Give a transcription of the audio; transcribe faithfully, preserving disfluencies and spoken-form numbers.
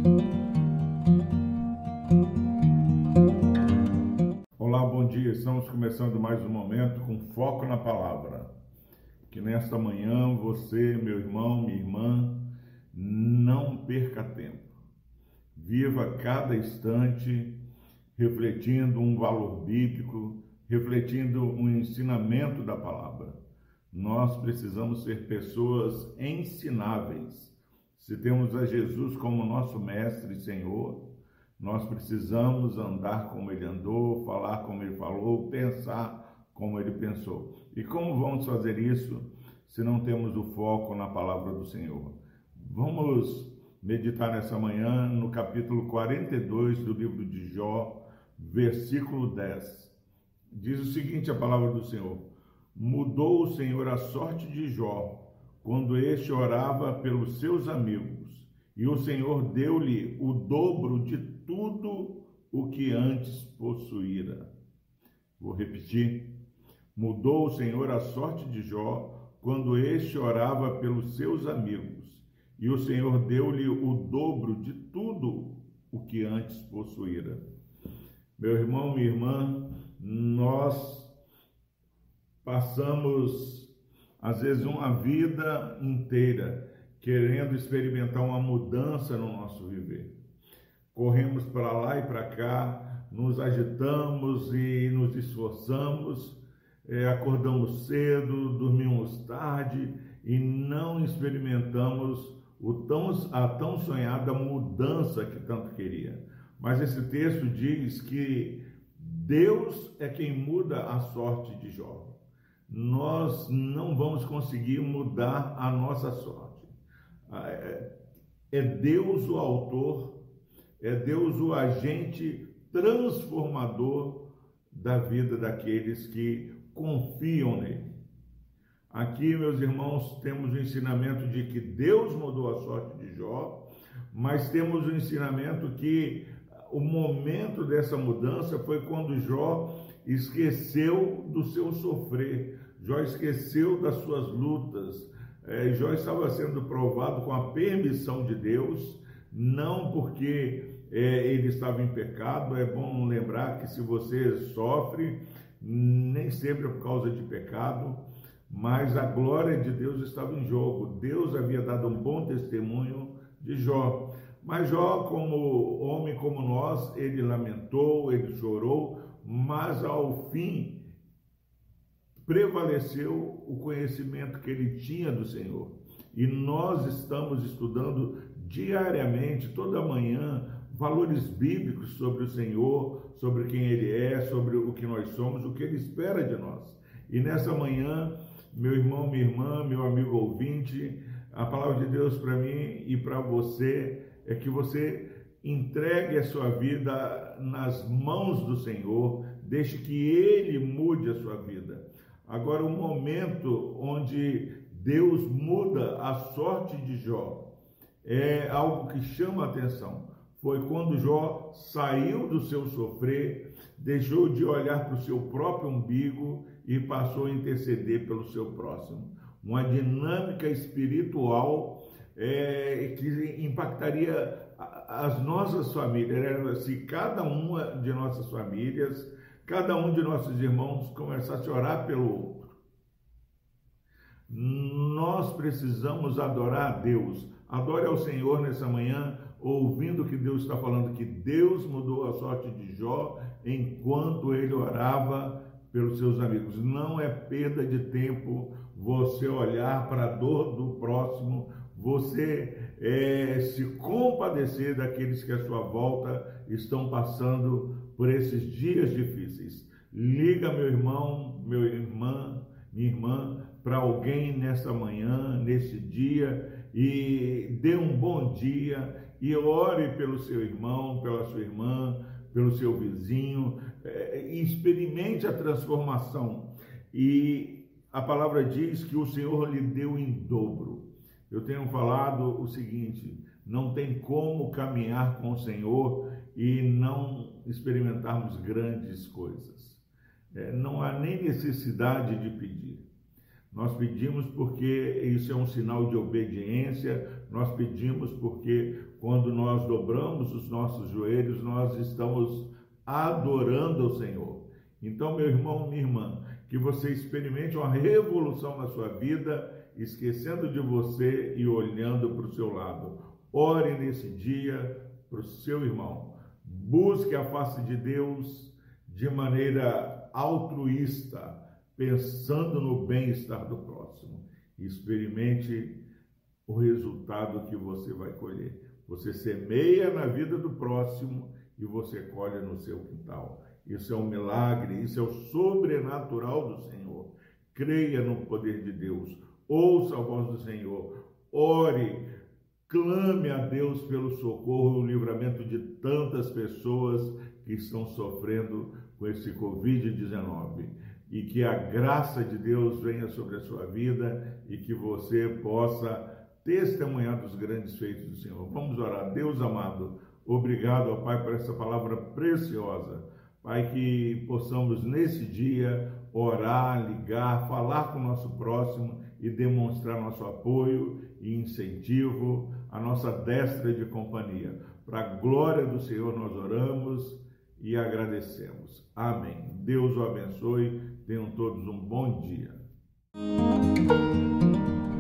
Olá, bom dia. Estamos começando mais um momento com foco na palavra. Que nesta manhã você, meu irmão, minha irmã, não perca tempo. Viva cada instante refletindo um valor bíblico, refletindo um ensinamento da palavra. Nós precisamos ser pessoas ensináveis. Se temos a Jesus como nosso mestre e Senhor, nós precisamos andar como ele andou, falar como ele falou, pensar como ele pensou. E como vamos fazer isso se não temos o foco na palavra do Senhor? Vamos meditar nessa manhã no capítulo quarenta e dois do livro de Jó, versículo dez. Diz o seguinte a palavra do Senhor: mudou o Senhor a sorte de Jó, quando este orava pelos seus amigos, e o Senhor deu-lhe o dobro de tudo o que antes possuíra. Vou repetir. Mudou o Senhor a sorte de Jó, quando este orava pelos seus amigos, e o Senhor deu-lhe o dobro de tudo o que antes possuíra. Meu irmão, minha irmã, nós passamos, às vezes, uma vida inteira querendo experimentar uma mudança no nosso viver. Corremos para lá e para cá, nos agitamos e nos esforçamos, é, acordamos cedo, dormimos tarde e não experimentamos o tão, a tão sonhada mudança que tanto queria. Mas esse texto diz que Deus é quem muda a sorte de Jó. Nós não vamos conseguir mudar a nossa sorte. É Deus o autor, é Deus o agente transformador da vida daqueles que confiam nele. Aqui, meus irmãos, temos o ensinamento de que Deus mudou a sorte de Jó, mas temos o ensinamento que o momento dessa mudança foi quando Jó esqueceu do seu sofrer, Jó esqueceu das suas lutas. É, Jó estava sendo provado com a permissão de Deus, não porque é, ele estava em pecado. É bom lembrar que se você sofre, nem sempre é por causa de pecado, mas a glória de Deus estava em jogo. Deus havia dado um bom testemunho de Jó. Mas Jó, como homem como nós, ele lamentou, ele chorou, mas ao fim prevaleceu o conhecimento que ele tinha do Senhor. E nós estamos estudando diariamente, toda manhã, valores bíblicos sobre o Senhor, sobre quem ele é, sobre o que nós somos, o que ele espera de nós. E nessa manhã, meu irmão, minha irmã, meu amigo ouvinte, a palavra de Deus para mim e para você é que você entregue a sua vida nas mãos do Senhor, deixe que ele mude a sua vida. Agora, o momento onde Deus muda a sorte de Jó é algo que chama a atenção. Foi quando Jó saiu do seu sofrer, deixou de olhar para o seu próprio umbigo e passou a interceder pelo seu próximo. Uma dinâmica espiritual é, que impactaria as nossas famílias. Se cada uma de nossas famílias, cada um de nossos irmãos começasse a orar pelo outro. Nós precisamos adorar a Deus. Adore ao Senhor nessa manhã, ouvindo que Deus está falando, que Deus mudou a sorte de Jó enquanto ele orava pelos seus amigos. Não é perda de tempo você olhar para a dor do próximo, você é, se compadecer daqueles que à sua volta estão passando por esses dias difíceis. Liga, meu irmão, minha irmã, minha irmã, para alguém nessa manhã, nesse dia, e dê um bom dia e ore pelo seu irmão, pela sua irmã, pelo seu vizinho, e experimente a transformação. E a palavra diz que o Senhor lhe deu em dobro. Eu tenho falado o seguinte: não tem como caminhar com o Senhor e não experimentarmos grandes coisas. É, não há nem necessidade de pedir. Nós pedimos porque isso é um sinal de obediência, nós pedimos porque quando nós dobramos os nossos joelhos, nós estamos adorando ao Senhor. Então, meu irmão, minha irmã, que você experimente uma revolução na sua vida, esquecendo de você e olhando para o seu lado. Ore nesse dia para o seu irmão. Busque a face de Deus de maneira altruísta, pensando no bem-estar do próximo. Experimente o resultado que você vai colher. Você semeia na vida do próximo e você colhe no seu quintal. Isso é um milagre, isso é o sobrenatural do Senhor. Creia no poder de Deus, ouça a voz do Senhor, ore, clame a Deus pelo socorro e o livramento de tantas pessoas que estão sofrendo com esse covid dezenove. E que a graça de Deus venha sobre a sua vida e que você possa testemunhar dos grandes feitos do Senhor. Vamos orar. Deus amado, obrigado, ó Pai, por essa palavra preciosa. Pai, que possamos nesse dia orar, ligar, falar com o nosso próximo e demonstrar nosso apoio e incentivo, a nossa destra de companhia. Para a glória do Senhor nós oramos e agradecemos. Amém. Deus o abençoe. Tenham todos um bom dia.